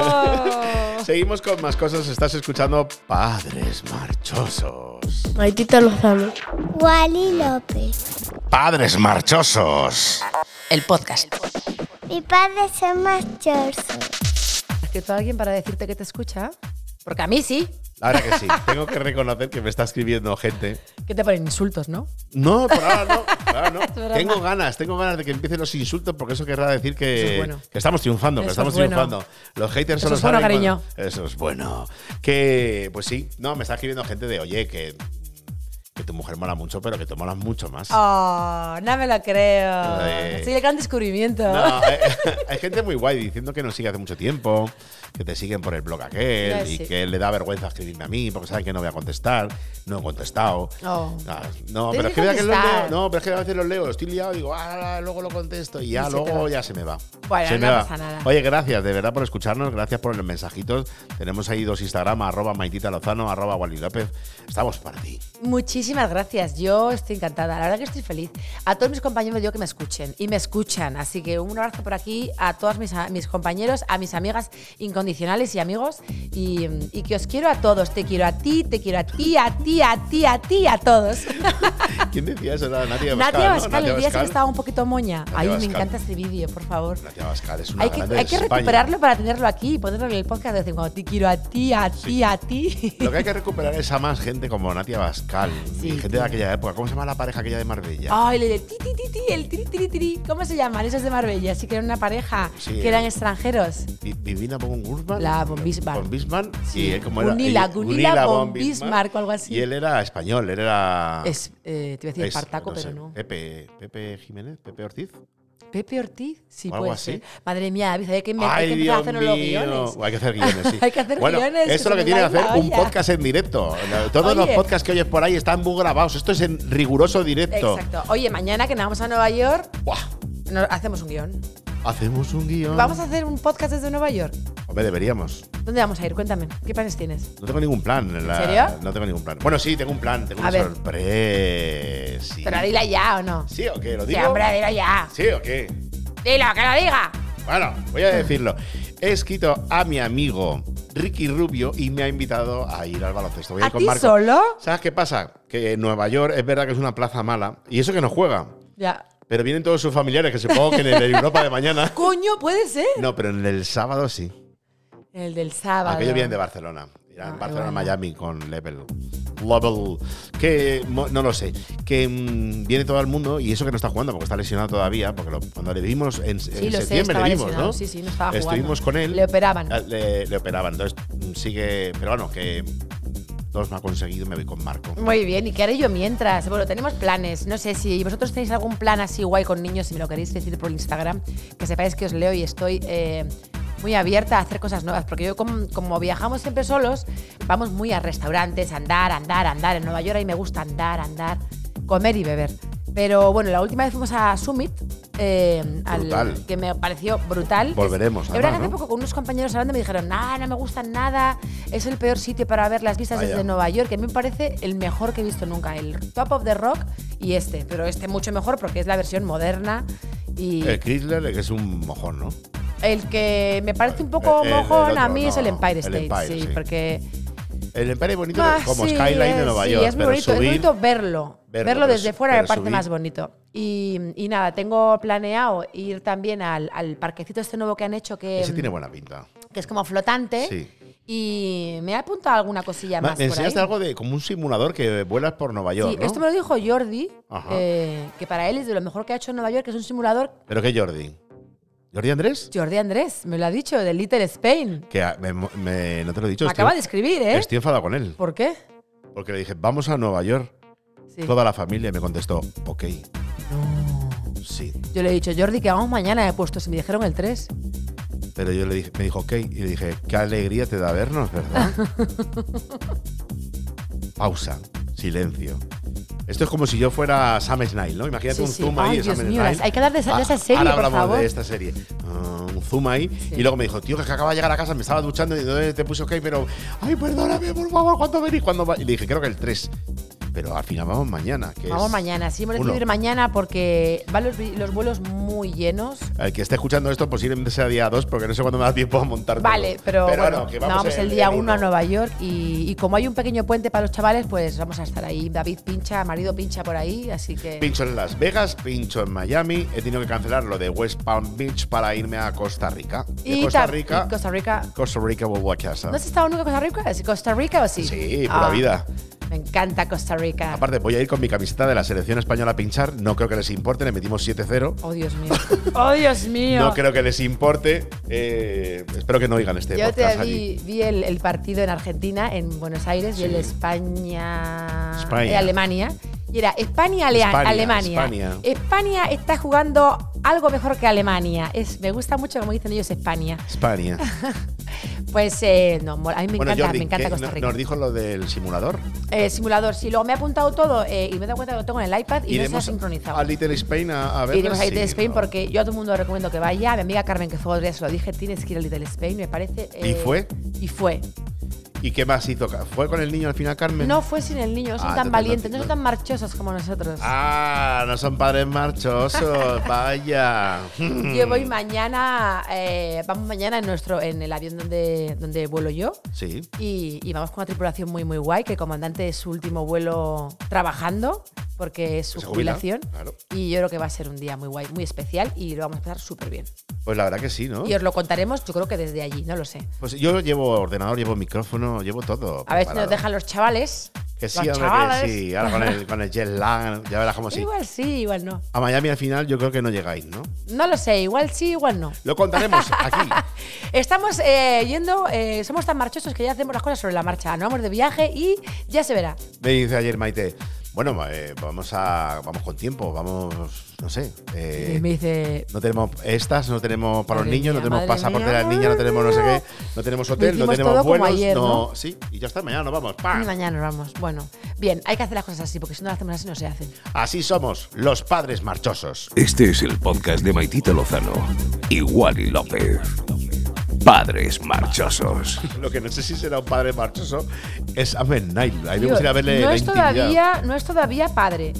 Oh. seguimos con más cosas. Estás escuchando Padres Marchosos. Maitita Lozano. Wally López. Padres Marchosos. El podcast. Mi padre es marchoso. ¿Has escrito a alguien para decirte que te escucha? Porque a mí sí. La verdad que sí. Tengo que reconocer que me está escribiendo gente. Que te ponen insultos, ¿no? No, por ahora no. Por ahora no. broma. Tengo ganas, tengo ganas de que empiecen los insultos porque eso querrá decir que, Eso es bueno. que estamos triunfando, que Eso estamos es bueno. triunfando. Los haters Eso solo es bueno, saben cariño. cuando- Eso es bueno. Que, pues sí, no, me está escribiendo gente de, oye, que, que tu mujer mola mucho, pero que tú molas mucho más. Oh, no me lo creo. Eh. Soy el gran descubrimiento. No, hay, hay gente muy guay diciendo que nos sigue hace mucho tiempo, que te siguen por el blog aquel Ya, y sí. que le da vergüenza escribirme a mí porque saben que no voy a contestar. No he contestado. Oh. Ah, no, Tienes pero es que que, mira que los contestar. leo, no, pero es que a veces los leo, estoy liado y digo, ah, luego lo contesto y ya Y se te luego va. ya se me va. Bueno, se no me va. pasa nada. Oye, gracias de verdad por escucharnos, gracias por los mensajitos. Tenemos ahí dos Instagram, arroba Maitita Lozano, arroba Wally López. Estamos para ti. Muchísimas gracias. Yo estoy encantada. La verdad que estoy feliz. A todos mis compañeros digo que me escuchen y me escuchan. Así que un abrazo por aquí a todos mis, a- mis compañeros, a mis amigas incondicionales y amigos. Y, y que os quiero a todos. Te quiero a ti, te quiero a ti, a ti, a ti, a ti, a todos. ¿Quién decía eso? Era Natia Bascal. Natia ¿no? Bascal, el día ese que estaba un poquito moña. Natia Ay, me Bascal. encanta este vídeo, por favor. Natia Bascal es una Hay que, grande hay de que España. recuperarlo para tenerlo aquí y ponerlo en el podcast de vez en cuando. Te quiero a ti, a ti, a ti. Lo que hay que recuperar es a más gente como Natia Bascal Sí, y gente tío. de aquella época. ¿Cómo se llama la pareja aquella de Marbella? Ay, el de ti, ti, ti, ti, el tiri, tiri, tiri. ¿Cómo se llaman? Esos de Marbella. Sí que eran una pareja Sí, que eran eh. extranjeros. Vi- Vivina von Guzman. La von Bismarck. Von Bismarck. Sí. Y él como era. Gunilla, y- Gunilla von Bismarck, Bismarck o algo así. Y él era español, él era. Es, eh, te iba a decir es, Espartaco, no pero sé, no. Pepe, Pepe Jiménez, Pepe Ortiz. Pepe Ortiz, sí O algo puede así. ser. Madre mía, David, hay que, me- hay Ay, que empezar a Dios hacernos los mío. guiones. Hay que hacer guiones, sí. Hay que hacer bueno, guiones, que Esto es lo se que tiene que nos va hacer la un olla. podcast en directo. Todos los Oye. podcasts que oyes por ahí están muy grabados. Esto es en riguroso directo. Exacto. Oye, mañana que nos vamos a Nueva York, Buah. nos hacemos un guión. Hacemos un guión. ¿Vamos a hacer un podcast desde Nueva York? Hombre, deberíamos. ¿Dónde vamos a ir? Cuéntame. ¿Qué planes tienes? No tengo ningún plan. ¿En serio? No tengo ningún plan. Bueno, sí, tengo un plan. Tengo A una ver. sorpresa. Sí. Pero dila ya o no. ¿Sí o qué? ¿Lo Sí, digo? hombre, dilo ya. ¿Sí o qué? Dilo, que lo diga. Bueno, voy a decirlo. He escrito a mi amigo Ricky Rubio y me ha invitado a ir al baloncesto. Voy a ¿A ir con ti Marco. solo? ¿Sabes qué pasa? Que Nueva York es verdad que es una plaza mala y eso que no juega. Ya. Pero vienen todos sus familiares, que supongo que en el Europa de mañana. Coño, puede ser. No, pero en el sábado sí. El del sábado. Aquellos vienen de Barcelona. Y Ya en No, Barcelona, igual no. Miami con Level. Level. Que mo- no lo sé. Que mm, viene todo el mundo y eso que no está jugando porque está lesionado todavía. Porque lo- cuando le vimos en, Sí, en lo sé, septiembre estaba le vimos, lesionado. ¿no? Sí, sí, no estaba Estuvimos jugando. con él. Le operaban. Le, le operaban. Entonces mm, sigue. Pero bueno, que dos me ha conseguido y me voy con Marco. Muy bien, ¿y qué haré yo mientras? Bueno, tenemos planes. No sé si vosotros tenéis algún plan así guay con niños, si me lo queréis decir por Instagram, que sepáis que os leo y estoy eh, muy abierta a hacer cosas nuevas. Porque yo, como, como viajamos siempre solos, vamos muy a restaurantes, andar, andar, andar. En Nueva York ahí me gusta andar, andar, comer y beber. Pero bueno, la última vez fuimos a Summit, eh, al- Brutal. que me pareció brutal. Volveremos, Es verdad que además, hace ¿no? poco con unos compañeros hablando me dijeron, nada, no me gustan nada, es el peor sitio para ver las vistas Vaya. desde Nueva York, que a mí me parece el mejor que he visto nunca, el Top of the Rock y este, pero este mucho mejor porque es la versión moderna y El Chrysler, que es un mojón, ¿no? el que me parece un poco El- el mojón a otro, mí es el no, Empire el State, Empire, sí, sí. porque El Empire es bonito Ah, como sí, Skyline de es- Nueva sí, York. es muy pero bonito, es subir, bonito verlo. verlo, Verlo, pero desde su- fuera me pero parece subir. más bonito. Y, y nada, tengo planeado ir también al, al parquecito este nuevo que han hecho que, Ese tiene buena pinta. que es como flotante. Sí. Y me ha apuntado alguna cosilla Ma- más. Me por enseñaste ahí. algo de como un simulador que vuelas por Nueva York, Sí, ¿no? esto me lo dijo Jordi, Ajá. eh, que para él es de lo mejor que ha hecho en Nueva York, que es un simulador. ¿Pero qué Jordi? ¿Jordi Andrés? Jordi Andrés, me lo ha dicho, de Little Spain. Que a- me- me- no te lo he dicho. Me estoy- acaba de escribir, ¿eh? Estoy enfadado con él. ¿Por qué? Porque le dije, vamos a Nueva York. Sí. Toda la familia y me contestó, ok. Sí. Yo le he dicho, Jordi, que vamos mañana, he puesto, si me dijeron el tres. Pero yo le dije, me dijo, ok. Y le dije, qué alegría te da vernos, ¿verdad? Pausa. Silencio. Esto es como si yo fuera Sam Snell, ¿no? Imagínate Sí, un sí. zoom ahí Ay, de Sam Dios mío, Snell. las- hay que hablar de esa- de esa Ah, serie, ahora por hablamos favor. de esta serie. Ah, un zoom ahí. Sí. Y luego me dijo, tío, que acaba de llegar a casa, me estaba duchando y no te puse ok, pero... Ay, perdóname, por favor, ¿cuándo venís? ¿Cuándo va? Y le dije, creo que el tres. Pero al final vamos mañana. Que Vamos es mañana, sí, hemos uno. decidido ir mañana porque van los, vi- los vuelos muy llenos. El que esté escuchando esto posiblemente sea día dos, porque no sé cuándo me da tiempo a montar todo. Vale, pero, bueno, bueno, que no, vamos, vamos el en- día en uno a uno. Nueva York y, y como hay un pequeño puente para los chavales, pues vamos a estar ahí. David pincha, marido pincha por ahí, así que… Pincho en Las Vegas, pincho en Miami. He tenido que cancelar lo de West Palm Beach para irme a Costa Rica. De Y Costa tam- Rica, y Costa Rica. Costa Rica vuelvo a casa. ¿No has estado nunca en Costa Rica? ¿Es Costa Rica o sí? Sí, pura vida. Me encanta Costa Rica. Aparte, voy a ir con mi camiseta de la selección española a pinchar. No creo que les importe, le metimos siete cero. Oh, Dios mío. Oh, Dios mío. No creo que les importe. Eh, espero que no oigan este Yo te podcast vi, allí. vi el, el partido en Argentina, en Buenos Aires, y el Sí. de España, España. eh, Alemania. Y era España, Ale- España, Alemania. España. España está jugando algo mejor que Alemania. Es, me gusta mucho como dicen ellos España. España. Pues eh, no, mola. A mí me Bueno, encanta, Jordi, me encanta ¿qué Costa no- Rica. nos dijo lo del simulador. Eh, simulador, sí, luego me he apuntado todo eh, y me he dado cuenta que lo tengo en el iPad y no se ha Iremos sincronizado. a Little Spain a, a ver. Iremos a Little Spain porque yo a todo el mundo le recomiendo que vaya. A mi amiga Carmen, que fue otro día, se lo dije, tienes que ir a Little Spain, me parece. ¿Y eh, fue? Y fue. ¿Y qué más hizo? ¿Fue con el niño al final, Carmen? No fue sin el niño, no son Ah, tan entonces no- valientes, no, no- son tan marchosos como nosotros. Ah, no son padres marchosos, vaya. Yo voy mañana, eh, vamos mañana en nuestro, en el avión donde, donde vuelo yo. Sí. Y, y vamos con una tripulación muy, muy guay, que el comandante es su último vuelo trabajando, porque es su Se jubila, jubilación. claro. Y yo creo que va a ser un día muy guay, muy especial y lo vamos a pasar súper bien. Pues la verdad que sí, ¿no? Y os lo contaremos, yo creo que desde allí, no lo sé. Pues yo llevo ordenador, llevo micrófono, llevo todo. A ver si nos preparado. dejan los chavales. Que sí, los hombre, chavales. que sí. Ahora con el, con el jet lag, ya verás cómo sí. Igual sí, igual no. A Miami al final yo creo que no llegáis, ¿no? No lo sé, igual sí, igual no. Lo contaremos aquí. Estamos eh, yendo, eh, somos tan marchosos que ya hacemos las cosas sobre la marcha. Nos vamos de viaje y ya se verá. Me dice ayer Maite, bueno, eh, vamos a vamos con tiempo, vamos, no sé. eh, y me dice, No tenemos estas, no tenemos para Madre los niños, mía, no tenemos madre pasaporte de mía, las niñas, no tenemos no sé madre qué, no tenemos hotel, no hicimos tenemos todo como vuelos, ayer, ¿no? Sí, y ya está, mañana nos vamos. ¡Pam! "Y mañana nos vamos. Bueno, bien, hay que hacer las cosas así, porque si no las hacemos así no se hacen. Así somos, los padres marchosos. Este es el podcast de Maitita Lozano y Wally López. Padres marchosos. Lo que no sé si será un padre marchoso es Amen Night. Ahí Tío, debemos ir a verle no, la es intimidad. todavía, no es todavía padre.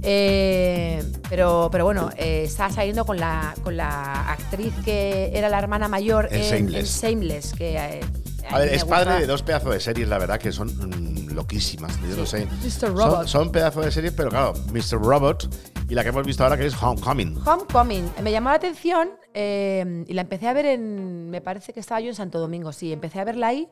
Eh, pero, pero bueno, eh, está saliendo con la, con la actriz que era la hermana mayor En en, Shameless. en Shameless, que eh, A ver, mí me es padre gusta. de dos pedazos de series, la verdad, que son mm, loquísimas. Yo no sé. mister Robot. Son, son pedazos de series, pero claro, mister Robot y la que hemos visto ahora que es Homecoming. Homecoming. Me llamó la atención eh, y la empecé a ver en. Me parece que estaba yo en Santo Domingo, sí. Empecé a verla ahí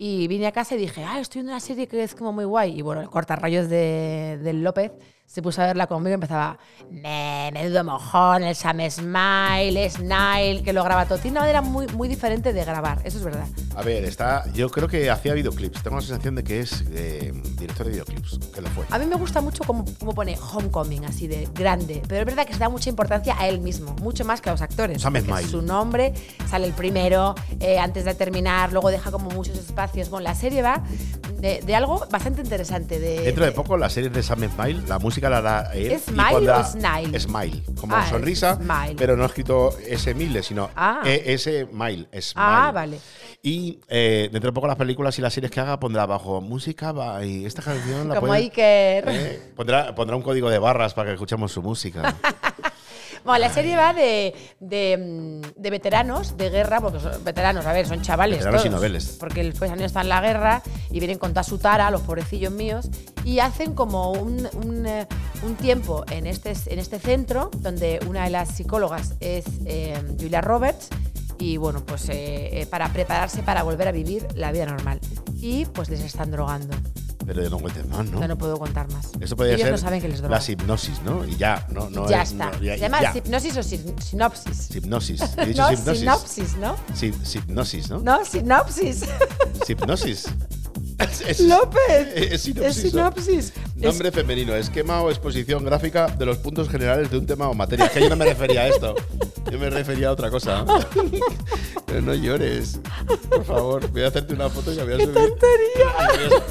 Y vine a casa y dije, ah, estoy viendo una serie que es como muy guay. Y bueno, el cortarrayos de, del López se puso a verla conmigo y empezaba, me, menudo mojón, el Sam Smile, Snile, que lo graba todo. Tiene una manera muy, muy diferente de grabar, eso es verdad. A ver, está, yo creo que hacía videoclips. Tengo la sensación de que es eh, director de videoclips, que lo fue. A mí me gusta mucho cómo, cómo pone Homecoming, así de grande. Pero es verdad que se da mucha importancia a él mismo, mucho más que a los actores. Sam Smile. Su nombre sale el primero, eh, antes de terminar, luego deja como muchos espacios. Bueno, la serie va de, de algo bastante interesante. De, Dentro de de, poco, la serie de Sam Smile, la música la da él. ¿Es Smile pondrá o Snile? Smile, como Ah, sonrisa, Smile. pero no escrito S mil, sino Ah. E S Mile. Smile. Ah, vale. Y eh, dentro de poco las películas y las series que haga pondrá abajo música va, y esta canción la Como puede- Iker. eh, pondrá, pondrá un código de barras para que escuchemos su música. Bueno, la serie va de, de, de veteranos de guerra, porque son veteranos, a ver, son chavales. Veteranos y todos, noveles. Porque el pues año está en la guerra y vienen con toda su tara, los pobrecillos míos, y hacen como un, un, eh, un tiempo en este, en este centro, donde una de las psicólogas es eh, Julia Roberts, y bueno, pues eh, eh, para prepararse para volver a vivir la vida normal. Y pues les están drogando. Pero no cuentes más, ¿no? Ya no puedo contar más. Eso podría Ellos ser no saben que les drogan. la hipnosis, ¿no? Y ya, no, no ya es, está. no, ya- Se llama ya. hipnosis o sin- sinopsis. Hipnosis. He dicho No, hipnosis. sinopsis, ¿no? Sí, hipnosis, ¿no? No, sinopsis. Hipnosis. Es, es- López. Es sinopsis. Es ¿no? sinopsis. Nombre femenino, esquema o exposición gráfica de los puntos generales de un tema o materia. Es que yo no me refería a esto. Yo me refería a otra cosa. Pero no llores. Por favor, voy a hacerte una foto y la voy a ¡Qué subir. tontería!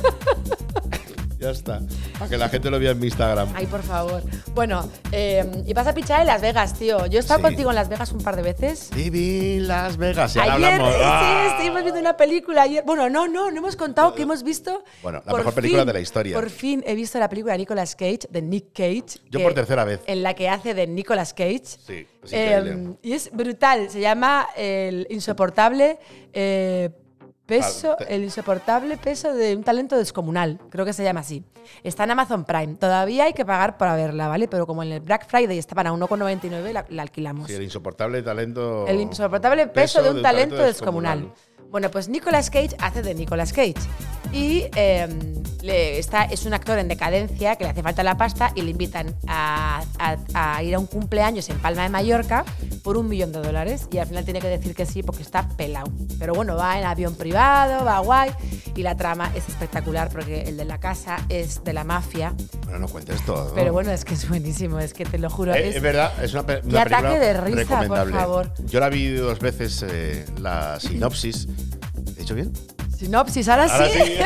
Ya está. Para que la gente lo vea en mi Instagram. Ay, por favor. Bueno, eh, y vas a pichar en Las Vegas, tío. Yo he estado Sí. contigo en Las Vegas un par de veces. Viví Las Vegas. Y ahora Ayer, hablamos. sí, ¡Ah! estuvimos viendo una película ayer. Bueno, no, no, no hemos contado que hemos visto. Bueno, la por mejor película fin, de la historia. Por fin he visto la película de Nicolas Cage, de Nick Cage. Yo que- por tercera vez. En la que hace de Nicolas Cage. Sí, es increíble. Eh, y es brutal. Se llama El insoportable eh, peso, Ah, te- el insoportable peso de un talento descomunal. Creo que se llama así. Está en Amazon Prime. Todavía hay que pagar para verla, ¿vale? Pero como en el Black Friday estaban a uno con noventa y nueve, la, la alquilamos. Sí, el insoportable talento. El insoportable peso, de un talento, descomunal. Bueno, pues Nicolas Cage hace de Nicolas Cage. Y eh, le está, es un actor en decadencia que le hace falta la pasta y le invitan a, a- a ir a un cumpleaños en Palma de Mallorca por un millón de dólares. Y al final tiene que decir que sí porque está pelado. Pero bueno, va en avión privado, va guay. Y la trama es espectacular porque el de la casa es de la mafia. Bueno, no cuentes todo. Pero bueno, es que es buenísimo, es que te lo juro. Eh, es, es verdad, es una, pe- y una ataque película de risa, por recomendable. favor. Yo la vi dos veces, eh, la sinopsis. ¿He hecho bien? Sinopsis, ahora, Ahora sí. sí.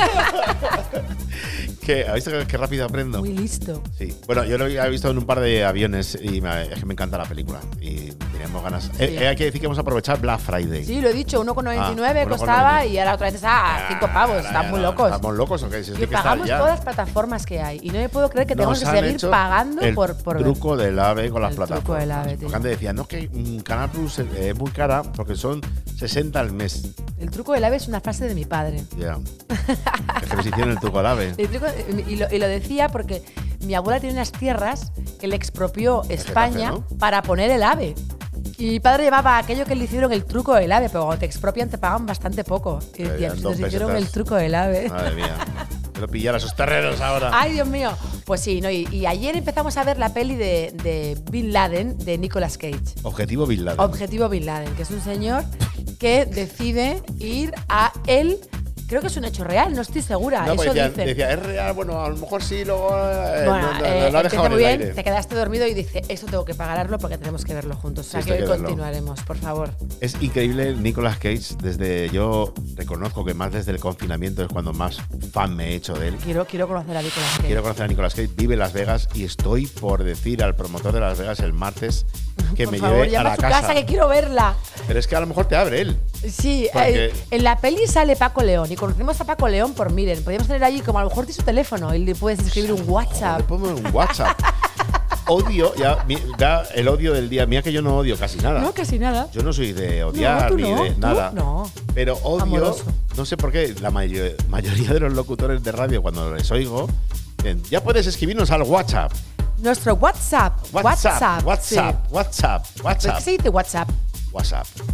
¿Qué? ¿Has visto qué, qué rápido aprendo? Muy listo. Sí. Bueno, yo lo he visto en un par de aviones y me, es que me encanta la película. Y teníamos ganas. Eh, eh, hay que decir que vamos a aprovechar Black Friday. Sí, lo he dicho, uno con noventa y nueve Ah, uno con costaba noventa y nueve. y ahora otra vez está a cinco pavos. Ahora Están ya muy no. locos. ¿Estamos locos o qué? Si es Y que está pagamos ya. todas las plataformas que hay. Y no me puedo creer que tengamos Nos que han seguir hecho pagando el por, por ver. truco del AVE con las El truco plataformas. del AVE, tío. Porque antes decían, no, es que mm, Canal Plus es es muy cara porque son sesenta al mes. El truco del ave es una frase de mi padre. Ya. Es que les hicieron el truco al AVE. El truco- y, lo, y lo decía porque mi abuela tiene unas tierras que le expropió España ¿no? para poner el ave. Y mi padre llamaba a aquello que le hicieron el truco del ave, pero cuando te expropian te pagan bastante poco. Y Eh, decía, eran "Pues dos nos hicieron pesetas. el truco del ave. Madre mía. Quiero pillar a esos terrenos ahora. Ay, Dios mío. Pues sí, ¿no? y, y ayer empezamos a ver la peli de, de Bin Laden, de Nicolas Cage. Objetivo Bin Laden. Objetivo Bin Laden, que es un señor que decide ir a él. Creo que es un hecho real, no estoy segura. No, porque Eso decía, dicen. decía, es real, bueno, a lo mejor sí, luego eh, Bueno, no, no, eh, lo ha empieza dejado en muy el bien, aire. te quedaste dormido y dice, esto tengo que pagarlo porque tenemos que verlo juntos. O sea, Sí, que esto hay hoy que verlo. continuaremos, por favor. Es increíble Nicolas Cage, desde yo reconozco que más desde el confinamiento es cuando más fan me he hecho de él. Quiero, quiero conocer a Nicolas Cage. Quiero conocer a Nicolas Cage, vive en Las Vegas y estoy por decir al promotor de Las Vegas el martes que por me favor, lleve a llama la a su casa. casa que quiero verla. Pero es que a lo mejor te abre él. Sí, Porque- eh, en la peli sale Paco León y conocemos a Paco León por Miren. Podríamos tener allí como a lo mejor tiene su teléfono y le puedes escribir un WhatsApp. Le pongo un WhatsApp. Odio, ya, mi- ya el odio del día. Mira que yo no odio casi nada. No, casi nada. Yo no soy de odiar No, tú ni no, de tú nada. no. Pero odio, Amoroso. no sé por qué, la mayo- mayoría de los locutores de radio, cuando les oigo, dicen, ya puedes escribirnos al WhatsApp. Nuestro WhatsApp. WhatsApp, WhatsApp. WhatsApp, sí. WhatsApp, ¿Pero WhatsApp. qué se dice WhatsApp? WhatsApp. El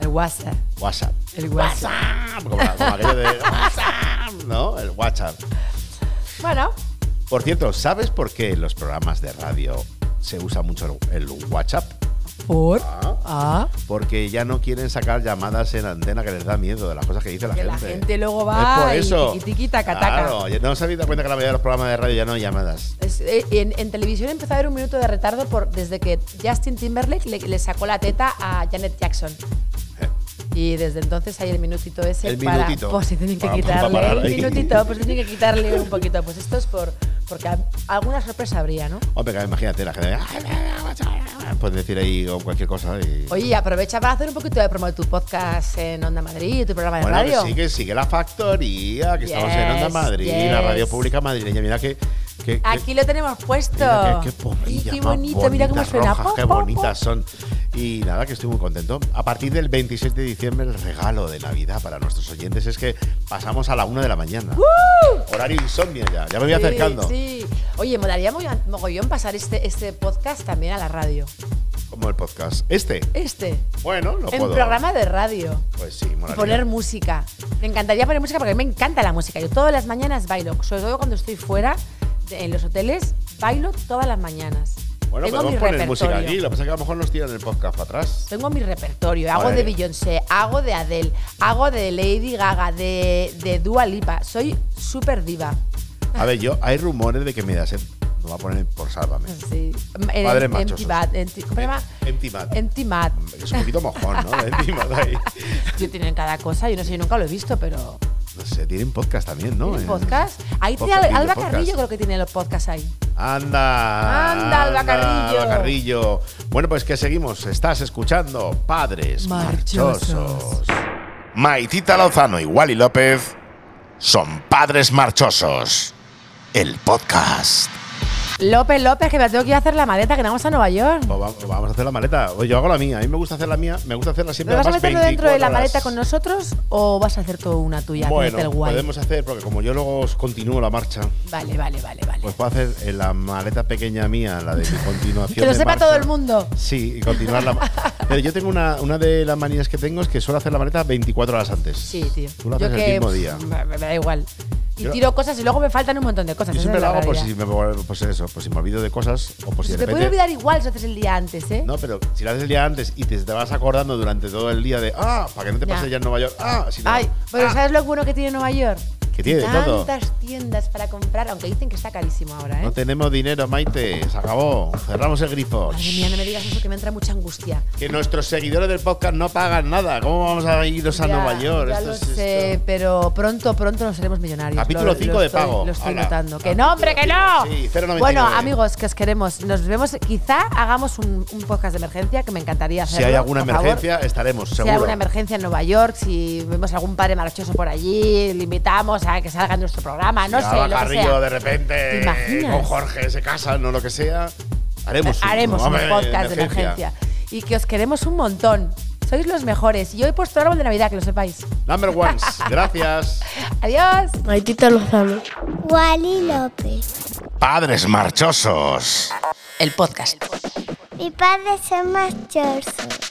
El WhatsApp. WhatsApp. El WhatsApp. WhatsApp. Como, como aquello de WhatsApp, ¿no? El WhatsApp. Bueno. Por cierto, ¿sabes por qué en los programas de radio se usa mucho el, el WhatsApp? ¿Por? Ah, Ah. Porque ya no quieren sacar llamadas en antena que les da miedo de las cosas que dice la Que gente. la gente luego Es va por y eso. tiqui, tiqui, taca, taca. Claro, ¿no os habéis dado cuenta que la mayoría de los programas de radio ya no hay llamadas? Es- eh, en, en televisión empezó a haber un minuto de retardo por, desde que Justin Timberlake le, le sacó la teta a Janet Jackson. Eh. Y desde entonces hay el minutito ese El para. minutito. Pues si tienen que Para- para quitarle parar el ahí. minutito, pues tienen que quitarle un poquito. Pues esto es por porque a- alguna sorpresa habría, ¿no? Hombre, que imagínate, la gente puedes decir ahí cualquier cosa y... Oye, aprovecha para hacer un poquito de promo de tu podcast en Onda Madrid, tu programa de Bueno, radio. que sigue, sigue la factoría, que estamos en Onda Yes, Madrid, yes. la radio pública madrileña. Mira que... que- que- Aquí lo tenemos puesto. Mira qué, qué pobrilla, Ay, qué más bonito, mira cómo bonitas, suena. rojas, Po, qué po, po. bonitas son. Y nada, que estoy muy contento. A partir del veintiséis de diciembre, el regalo de Navidad para nuestros oyentes es que pasamos a la una de la mañana. Horario insomnio ya, ya me voy Sí, acercando. Sí. Oye, me daría mogollón- mogollón pasar este, este podcast también a la radio. Como el podcast. Este, Este. bueno, lo En puedo. programa de radio. Pues sí, Y molaría. poner música. Me encantaría poner música porque a mí me encanta la música. Yo todas las mañanas bailo, sobre todo cuando estoy fuera de- en los hoteles, bailo todas las mañanas. Bueno, Tengo mi podemos poner música repertorio. aquí. Lo que pasa es que a lo mejor nos tiran el podcast para atrás. Tengo mi repertorio. Hago Vale. de Beyoncé, hago de Adele, hago de Lady Gaga, de, de Dua Lipa. Soy súper diva. A ver, yo, hay rumores de que me das. Me va a poner por Sálvame. Sí. Padres En- machosos. Empty Mad, Empty- ¿Cómo se llama? Empty Mad. Empty Mad. Es un poquito mojón, ¿no? Empty Mad ahí. Yo tienen cada cosa, yo no sé, yo nunca lo he visto, pero. No sé, tienen podcast también, ¿no? ¿Tienen En- podcast? Ahí tiene podcast, Alba video Carrillo, podcast. creo que tiene los podcasts ahí. Anda. Anda, Alba Carrillo. Alba Carrillo. Bueno, pues que seguimos. Estás escuchando Padres Marchosos. Marchosos. Maitita Lozano y Wally López son Padres Marchosos. El podcast. López, López, que me tengo que ir a hacer la maleta, que nos vamos a Nueva York. Pues va- vamos a hacer la maleta. Oye, yo hago la mía. A mí me gusta hacer la mía. Me gusta hacerla siempre. ¿Pero vas a además, meterlo dentro de la veinticuatro maleta horas. con nosotros o vas a hacer todo una tuya? Bueno, Hacerte el guay. podemos hacer, porque como yo luego os continúo la marcha, Vale, vale, vale, vale. pues puedo hacer en la maleta pequeña mía, la de mi continuación. que lo de sepa marcha. todo el mundo. Sí, y continuar la. Pero yo tengo una, una de las manías que tengo es que suelo hacer la maleta veinticuatro horas antes. Sí, tío. Tú lo Yo haces que, el mismo pff, día. Me, me da igual. Y Yo- tiro cosas y luego me faltan un montón de cosas. Yo esa siempre es lo la hago por realidad. si me pues eso, pues si me olvido de cosas o por si Se de te puede repente. olvidar igual si haces el día antes, ¿eh? No, pero si lo haces el día antes y te, te vas acordando durante todo el día de ah, para que no te Ya. pase ya en Nueva York. Ah, si no. Ay, pero ah, ¿sabes lo bueno que tiene Nueva York? Que tiene de todo. Tantas tiendas para comprar, aunque dicen que está carísimo ahora, ¿eh? No tenemos dinero, Maite. Se acabó. Cerramos el grifo. Madre mía, no me digas eso que me entra mucha angustia. Que nuestros seguidores del podcast no pagan nada. ¿Cómo vamos a irnos a Ya, Nueva York? Ya Esto lo es sé, esto. pero pronto, pronto nos seremos millonarios. Capítulo Lo- cinco lo de estoy- pago. Lo estoy Hala. notando. ¡Que Capítulo no, hombre, que cinco. no! Sí, cero noventa y Bueno, nueve. amigos, que os queremos. Nos vemos, quizá hagamos un, un podcast de emergencia, que me encantaría hacerlo. Si hay alguna por favor. emergencia, estaremos, Si seguro. hay alguna emergencia en Nueva York, si vemos algún padre marchoso por allí, le invitamos a que salga en nuestro programa, no Si sé, Alba lo que Carrillo sea. de repente ¿Te imaginas? con Jorge se casan o lo que sea. Haremos un, Haremos un hombre, podcast de emergencia. Y que os queremos un montón. Sois los mejores. Y yo he puesto el árbol de Navidad, que lo sepáis. Number ones. Gracias. Adiós. Maitita Lozano. Wally López. Padres Marchosos. El podcast. Mi padre es marchoso.